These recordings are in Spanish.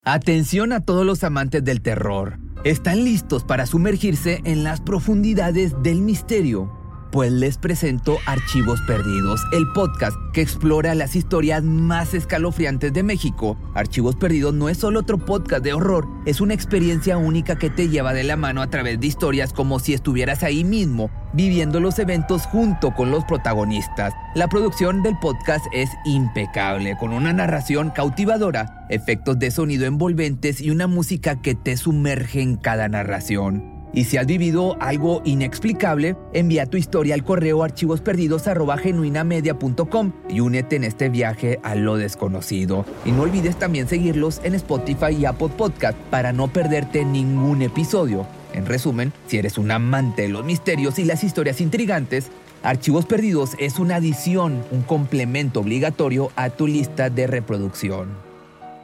Atención a todos los amantes del terror. ¿Están listos para sumergirse en las profundidades del misterio? Pues les presento Archivos Perdidos, el podcast que explora las historias más escalofriantes de México. Archivos Perdidos no es solo otro podcast de horror, es una experiencia única que te lleva de la mano a través de historias como si estuvieras ahí mismo, viviendo los eventos junto con los protagonistas. La producción del podcast es impecable, con una narración cautivadora, efectos de sonido envolventes y una música que te sumerge en cada narración. Y si has vivido algo inexplicable, envía tu historia al correo archivosperdidos@genuinamedia.com y únete en este viaje a lo desconocido. Y no olvides también seguirlos en Spotify y Apple Podcast para no perderte ningún episodio. En resumen, si eres un amante de los misterios y las historias intrigantes, Archivos Perdidos es una adición, un complemento obligatorio a tu lista de reproducción.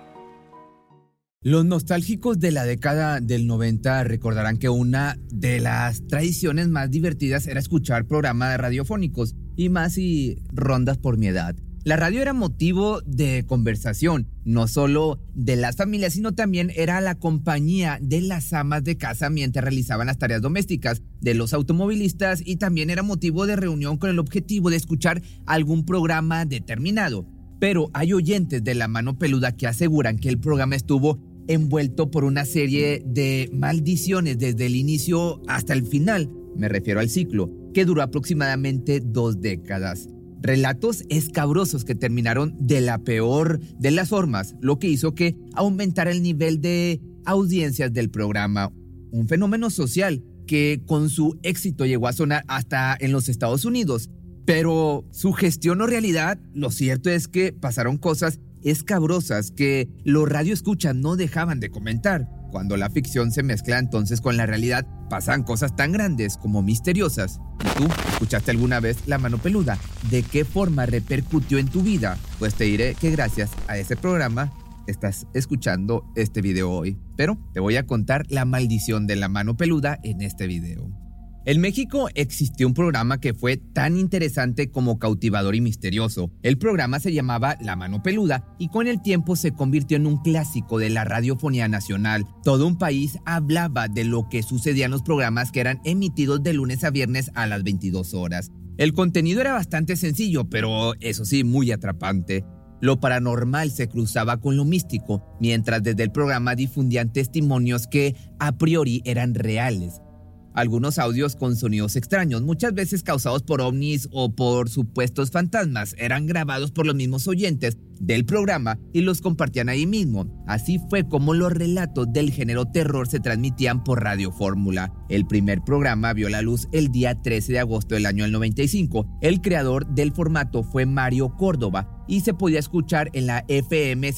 Los nostálgicos de la década del 90 recordarán que una de las tradiciones más divertidas era escuchar programas radiofónicos, y más si rondas por mi edad. La radio era motivo de conversación, no solo de las familias, sino también era la compañía de las amas de casa mientras realizaban las tareas domésticas, de los automovilistas, y también era motivo de reunión con el objetivo de escuchar algún programa determinado. Pero hay oyentes de La Mano Peluda que aseguran que el programa estuvo envuelto por una serie de maldiciones desde el inicio hasta el final. Me refiero al ciclo, que duró aproximadamente 2 décadas. Relatos escabrosos que terminaron de la peor de las formas, lo que hizo que aumentara el nivel de audiencias del programa. Un fenómeno social que con su éxito llegó a sonar hasta en los Estados Unidos. Pero su gestión o realidad, lo cierto es que pasaron cosas escabrosas que los radioescuchas no dejaban de comentar. Cuando la ficción se mezcla entonces con la realidad, pasan cosas tan grandes como misteriosas. ¿Y tú escuchaste alguna vez La Mano Peluda? ¿De qué forma repercutió en tu vida? Pues te diré que gracias a ese programa estás escuchando este video hoy. Pero te voy a contar la maldición de La Mano Peluda en este video. En México existió un programa que fue tan interesante como cautivador y misterioso. El programa se llamaba La Mano Peluda y con el tiempo se convirtió en un clásico de la radiofonía nacional. Todo un país hablaba de lo que sucedía en los programas que eran emitidos de lunes a viernes a las 22 horas. El contenido era bastante sencillo, pero eso sí, muy atrapante. Lo paranormal se cruzaba con lo místico, mientras desde el programa difundían testimonios que a priori eran reales. Algunos audios con sonidos extraños, muchas veces causados por ovnis o por supuestos fantasmas, eran grabados por los mismos oyentes del programa y los compartían ahí mismo. Así fue como los relatos del género terror se transmitían por Radio Fórmula. El primer programa vio la luz el día 13 de agosto del año 95. El creador del formato fue Mario Córdoba y se podía escuchar en la FM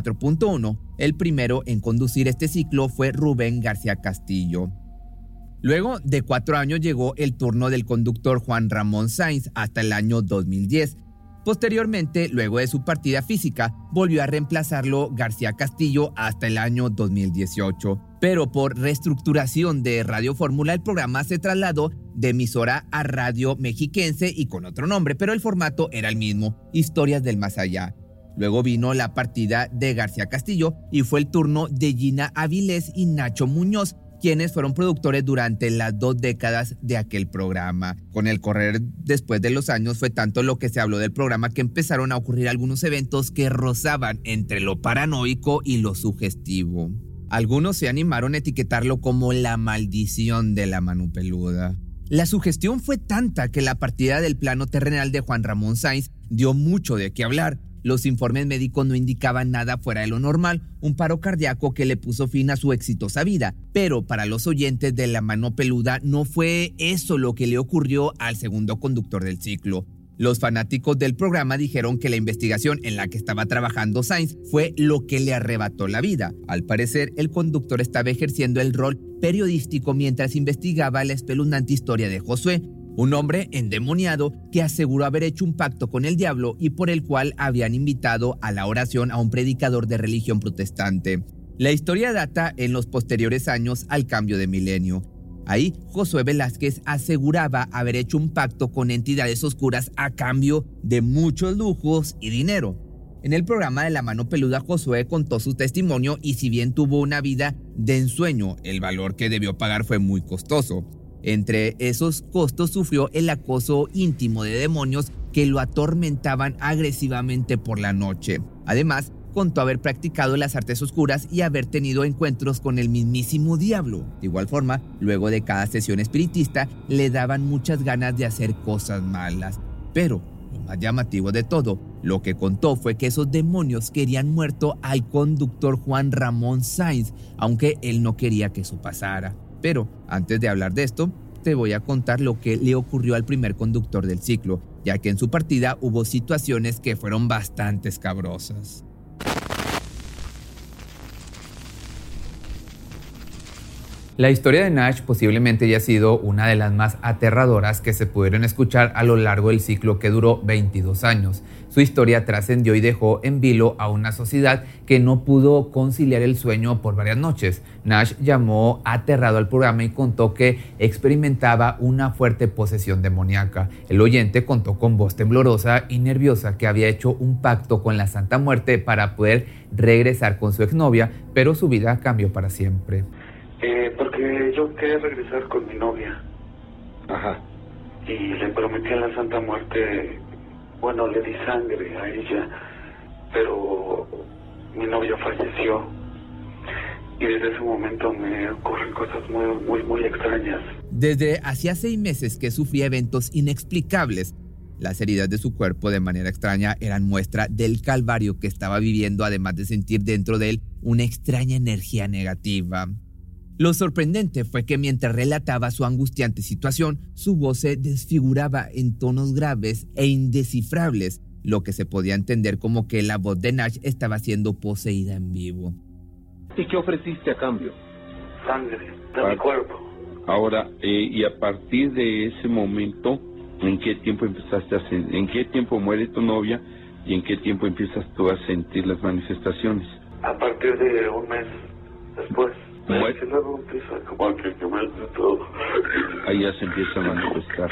104.1. El primero en conducir este ciclo fue Rubén García Castillo. Luego de 4 años llegó el turno del conductor Juan Ramón Sainz hasta el año 2010. Posteriormente, luego de su partida física, volvió a reemplazarlo García Castillo hasta el año 2018. Pero por reestructuración de Radio Fórmula, el programa se trasladó de emisora a Radio Mexiquense y con otro nombre, pero el formato era el mismo, Historias del Más Allá. Luego vino la partida de García Castillo y fue el turno de Gina Avilés y Nacho Muñoz, quienes fueron productores durante las 2 décadas de aquel programa. Con el correr después de los años fue tanto lo que se habló del programa que empezaron a ocurrir algunos eventos que rozaban entre lo paranoico y lo sugestivo. Algunos se animaron a etiquetarlo como la maldición de La Mano Peluda. La sugestión fue tanta que la partida del plano terrenal de Juan Ramón Sainz dio mucho de qué hablar. Los informes médicos no indicaban nada fuera de lo normal, un paro cardíaco que le puso fin a su exitosa vida. Pero para los oyentes de La Mano Peluda no fue eso lo que le ocurrió al segundo conductor del ciclo. Los fanáticos del programa dijeron que la investigación en la que estaba trabajando Sainz fue lo que le arrebató la vida. Al parecer, el conductor estaba ejerciendo el rol periodístico mientras investigaba la espeluznante historia de Josué, un hombre endemoniado que aseguró haber hecho un pacto con el diablo y por el cual habían invitado a la oración a un predicador de religión protestante. La historia data en los posteriores años al cambio de milenio. Ahí, Josué Velázquez aseguraba haber hecho un pacto con entidades oscuras a cambio de muchos lujos y dinero. En el programa de La Mano Peluda, Josué contó su testimonio y si bien tuvo una vida de ensueño, el valor que debió pagar fue muy costoso. Entre esos costos sufrió el acoso íntimo de demonios que lo atormentaban agresivamente por la noche. Además, contó haber practicado las artes oscuras y haber tenido encuentros con el mismísimo diablo. De igual forma, luego de cada sesión espiritista, le daban muchas ganas de hacer cosas malas. Pero lo más llamativo de todo, lo que contó fue que esos demonios querían muerto al conductor Juan Ramón Sainz, aunque él no quería que eso pasara. Pero antes de hablar de esto, te voy a contar lo que le ocurrió al primer conductor del ciclo, ya que en su partida hubo situaciones que fueron bastante escabrosas. La historia de Nash posiblemente haya sido una de las más aterradoras que se pudieron escuchar a lo largo del ciclo que duró 22 años. Su historia trascendió y dejó en vilo a una sociedad que no pudo conciliar el sueño por varias noches. Nash llamó aterrado al programa y contó que experimentaba una fuerte posesión demoníaca. El oyente contó con voz temblorosa y nerviosa que había hecho un pacto con la Santa Muerte para poder regresar con su exnovia, pero su vida cambió para siempre. Porque yo quería regresar con mi novia. Ajá. Y le prometí a la Santa Muerte, bueno, le di sangre a ella, pero mi novia falleció. Y desde ese momento me ocurren cosas muy extrañas. Desde hacía 6 meses que sufría eventos inexplicables. Las heridas de su cuerpo de manera extraña eran muestra del calvario que estaba viviendo, además de sentir dentro de él una extraña energía negativa. Lo sorprendente fue que mientras relataba su angustiante situación, su voz se desfiguraba en tonos graves e indescifrables, lo que se podía entender como que la voz de Nash estaba siendo poseída en vivo. ¿Y qué ofreciste a cambio? Sangre de mi cuerpo. Ahora, y a partir de ese momento, ¿en qué tiempo en qué tiempo muere tu novia y en qué tiempo empiezas tú a sentir las manifestaciones? A partir de un mes después. Muere. Que luego empieza como que quemarse todo. Ahí ya se empieza a manifestar.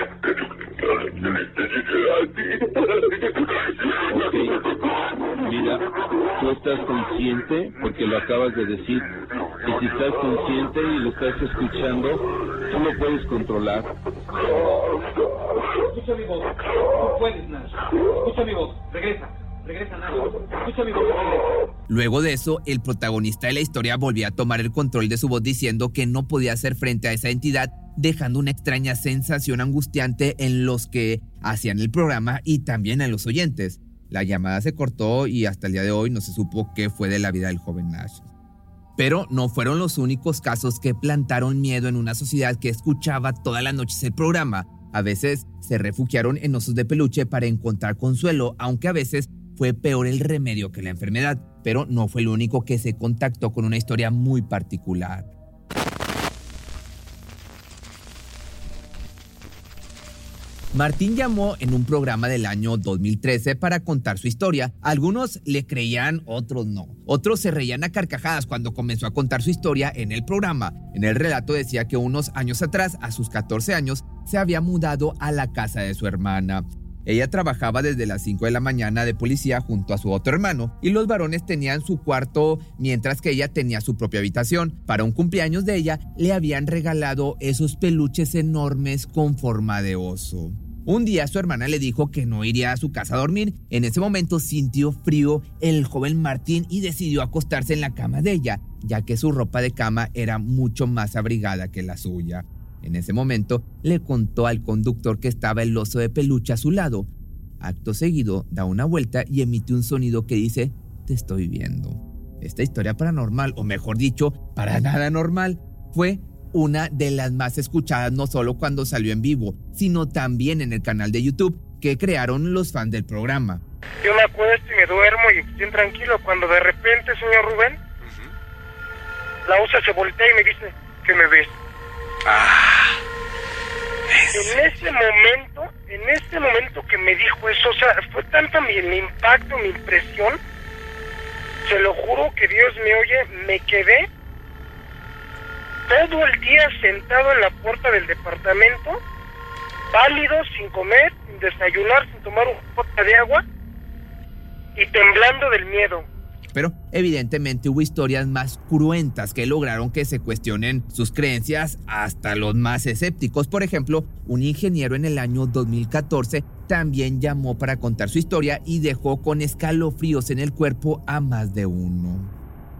Ok. Mira, tú estás consciente, porque lo acabas de decir, y si estás consciente y lo estás escuchando, tú lo puedes controlar. Escucha mi voz, tú puedes, Nash. Escucha mi voz, regresa, Nash. Escucha mi voz, regresa. Luego de eso, el protagonista de la historia volvió a tomar el control de su voz diciendo que no podía hacer frente a esa entidad, dejando una extraña sensación angustiante en los que hacían el programa y también en los oyentes. La llamada se cortó y hasta el día de hoy no se supo qué fue de la vida del joven Nash. Pero no fueron los únicos casos que plantaron miedo en una sociedad que escuchaba todas las noches el programa. A veces se refugiaron en osos de peluche para encontrar consuelo, aunque a veces fue peor el remedio que la enfermedad, pero no fue el único que se contactó con una historia muy particular. Martín llamó en un programa del año 2013 para contar su historia. Algunos le creían, otros no. Otros se reían a carcajadas cuando comenzó a contar su historia en el programa. En el relato decía que unos años atrás, a sus 14 años, se había mudado a la casa de su hermana. Ella trabajaba desde las 5 de la mañana de policía junto a su otro hermano y los varones tenían su cuarto mientras que ella tenía su propia habitación. Para un cumpleaños de ella le habían regalado esos peluches enormes con forma de oso. Un día su hermana le dijo que no iría a su casa a dormir. En ese momento sintió frío el joven Martín y decidió acostarse en la cama de ella, ya que su ropa de cama era mucho más abrigada que la suya. En ese momento, le contó al conductor que estaba el oso de peluche a su lado. Acto seguido, da una vuelta y emite un sonido que dice, te estoy viendo. Esta historia paranormal, o mejor dicho, para nada normal, fue una de las más escuchadas no solo cuando salió en vivo, sino también en el canal de YouTube que crearon los fans del programa. Yo me acuesto y me duermo y bien tranquilo, cuando de repente, señor Rubén, la osa se voltea y me dice, ¿qué me ves? En ese momento que me dijo eso, o sea, fue tanta mi impacto, mi impresión, se lo juro que Dios me oye, me quedé todo el día sentado en la puerta del departamento, pálido, sin comer, sin desayunar, sin tomar un pote de agua, y temblando del miedo. Pero evidentemente hubo historias más cruentas que lograron que se cuestionen sus creencias hasta los más escépticos. Por ejemplo, un ingeniero en el año 2014 también llamó para contar su historia y dejó con escalofríos en el cuerpo a más de uno.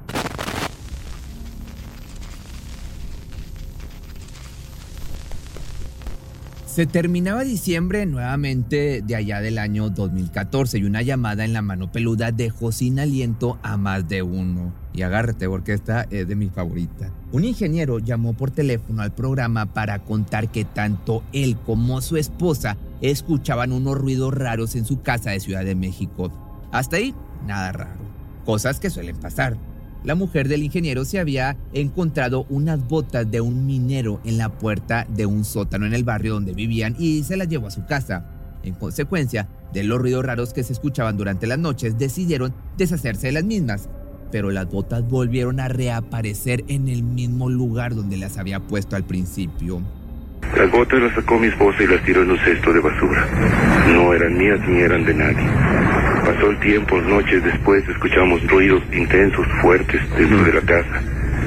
Se terminaba diciembre nuevamente de allá del año 2014 y una llamada en la mano peluda dejó sin aliento a más de uno. Y agárrate porque esta es de mis favoritas. Un ingeniero llamó por teléfono al programa para contar que tanto él como su esposa escuchaban unos ruidos raros en su casa de Ciudad de México. Hasta ahí, nada raro. Cosas que suelen pasar. La mujer del ingeniero se había encontrado unas botas de un minero en la puerta de un sótano en el barrio donde vivían y se las llevó a su casa. En consecuencia de los ruidos raros que se escuchaban durante las noches, decidieron deshacerse de las mismas. Pero las botas volvieron a reaparecer en el mismo lugar donde las había puesto al principio. Las botas las sacó mi esposa y las tiró en un cesto de basura. No eran mías ni eran de nadie. Pasó el tiempo, noches después escuchamos ruidos intensos, fuertes dentro de la casa.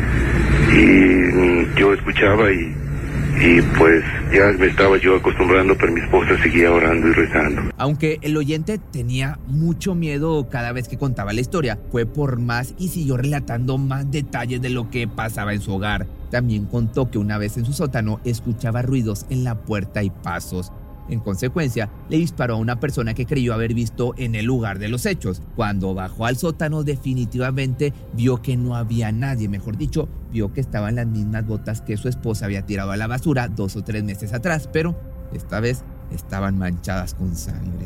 Y yo escuchaba y pues ya me estaba yo acostumbrando, pero mi esposa seguía orando y rezando. Aunque el oyente tenía mucho miedo cada vez que contaba la historia, fue por más y siguió relatando más detalles de lo que pasaba en su hogar. También contó que una vez en su sótano escuchaba ruidos en la puerta y pasos. En consecuencia, le disparó a una persona que creyó haber visto en el lugar de los hechos. Cuando bajó al sótano, definitivamente vio que no había nadie, mejor dicho, vio que estaban las mismas botas que su esposa había tirado a la basura 2 o 3 meses atrás, pero esta vez estaban manchadas con sangre.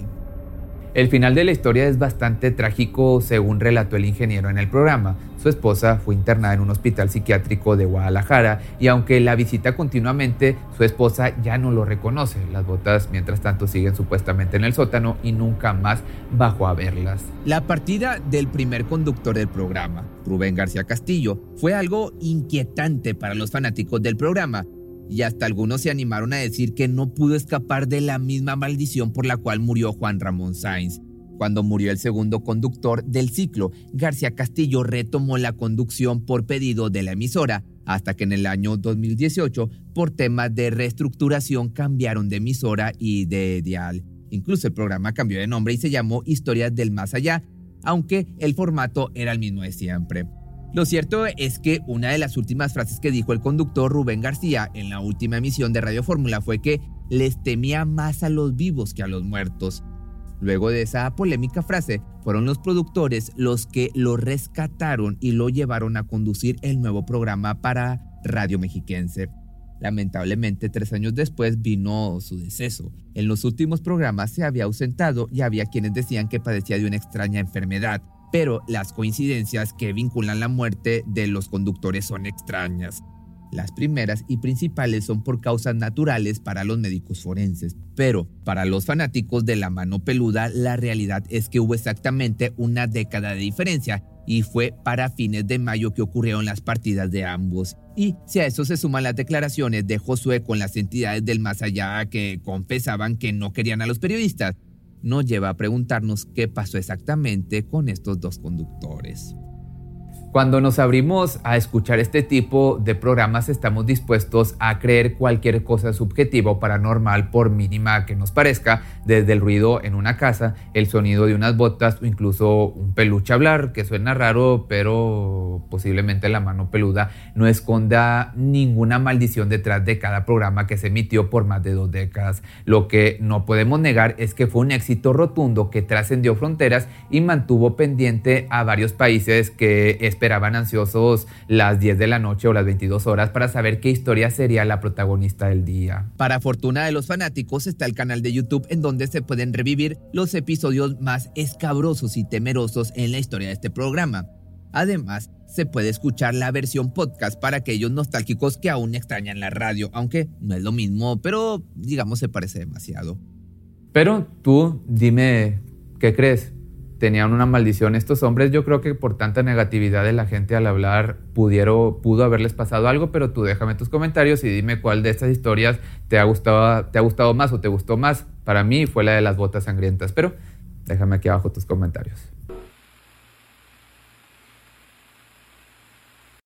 El final de la historia es bastante trágico, según relató el ingeniero en el programa. Su esposa fue internada en un hospital psiquiátrico de Guadalajara y aunque la visita continuamente, su esposa ya no lo reconoce. Las botas, mientras tanto, siguen supuestamente en el sótano y nunca más bajó a verlas. La partida del primer conductor del programa, Rubén García Castillo, fue algo inquietante para los fanáticos del programa. Y hasta algunos se animaron a decir que no pudo escapar de la misma maldición por la cual murió Juan Ramón Sáenz. Cuando murió el segundo conductor del ciclo, García Castillo retomó la conducción por pedido de la emisora, hasta que en el año 2018, por temas de reestructuración, cambiaron de emisora y de dial. Incluso el programa cambió de nombre y se llamó Historias del Más Allá, aunque el formato era el mismo de siempre. Lo cierto es que una de las últimas frases que dijo el conductor Rubén García en la última emisión de Radio Fórmula fue que les temía más a los vivos que a los muertos. Luego de esa polémica frase, fueron los productores los que lo rescataron y lo llevaron a conducir el nuevo programa para Radio Mexiquense. Lamentablemente, 3 años después vino su deceso. En los últimos programas se había ausentado y había quienes decían que padecía de una extraña enfermedad. Pero las coincidencias que vinculan la muerte de los conductores son extrañas. Las primeras y principales son por causas naturales para los médicos forenses. Pero para los fanáticos de la mano peluda, la realidad es que hubo exactamente una década de diferencia y fue para fines de mayo que ocurrieron las partidas de ambos. Y si a eso se suman las declaraciones de Josué con las entidades del más allá que confesaban que no querían a los periodistas, nos lleva a preguntarnos qué pasó exactamente con estos dos conductores. Cuando nos abrimos a escuchar este tipo de programas, estamos dispuestos a creer cualquier cosa subjetiva o paranormal, por mínima que nos parezca, desde el ruido en una casa, el sonido de unas botas o incluso un peluche hablar, que suena raro, pero posiblemente la mano peluda no esconda ninguna maldición detrás de cada programa que se emitió por más de 2 décadas. Lo que no podemos negar es que fue un éxito rotundo que trascendió fronteras y mantuvo pendiente a varios países que esperaban ansiosos las 10 de la noche o las 22 horas para saber qué historia sería la protagonista del día. Para fortuna de los fanáticos está el canal de YouTube en donde se pueden revivir los episodios más escabrosos y temerosos en la historia de este programa. Además, se puede escuchar la versión podcast para aquellos nostálgicos que aún extrañan la radio, aunque no es lo mismo, pero digamos se parece demasiado. Pero tú dime, ¿qué crees? ¿Tenían una maldición estos hombres? Yo creo que por tanta negatividad de la gente al hablar pudo haberles pasado algo, pero tú déjame tus comentarios y dime cuál de estas historias te ha gustado más o te gustó más. Para mí fue la de las botas sangrientas, pero déjame aquí abajo tus comentarios.